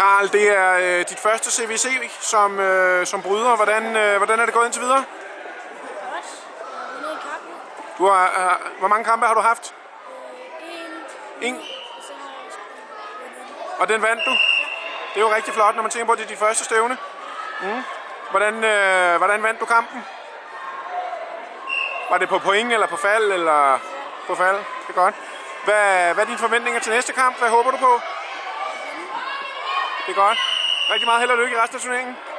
Karl, det er dit første CVC som bryder. Hvordan er det gået indtil videre? Du har, hvor mange kampe har du haft? En. Og den vandt du? Det er jo rigtig flot, når man tænker på, at det er dit første stævne. Hvordan vandt du kampen? Var det på point, eller på fald, eller på fald? Det er godt. Hvad er dine forventninger til næste kamp? Hvad håber du på? Det er godt. Rigtig meget held og lykke i resten af turneringen.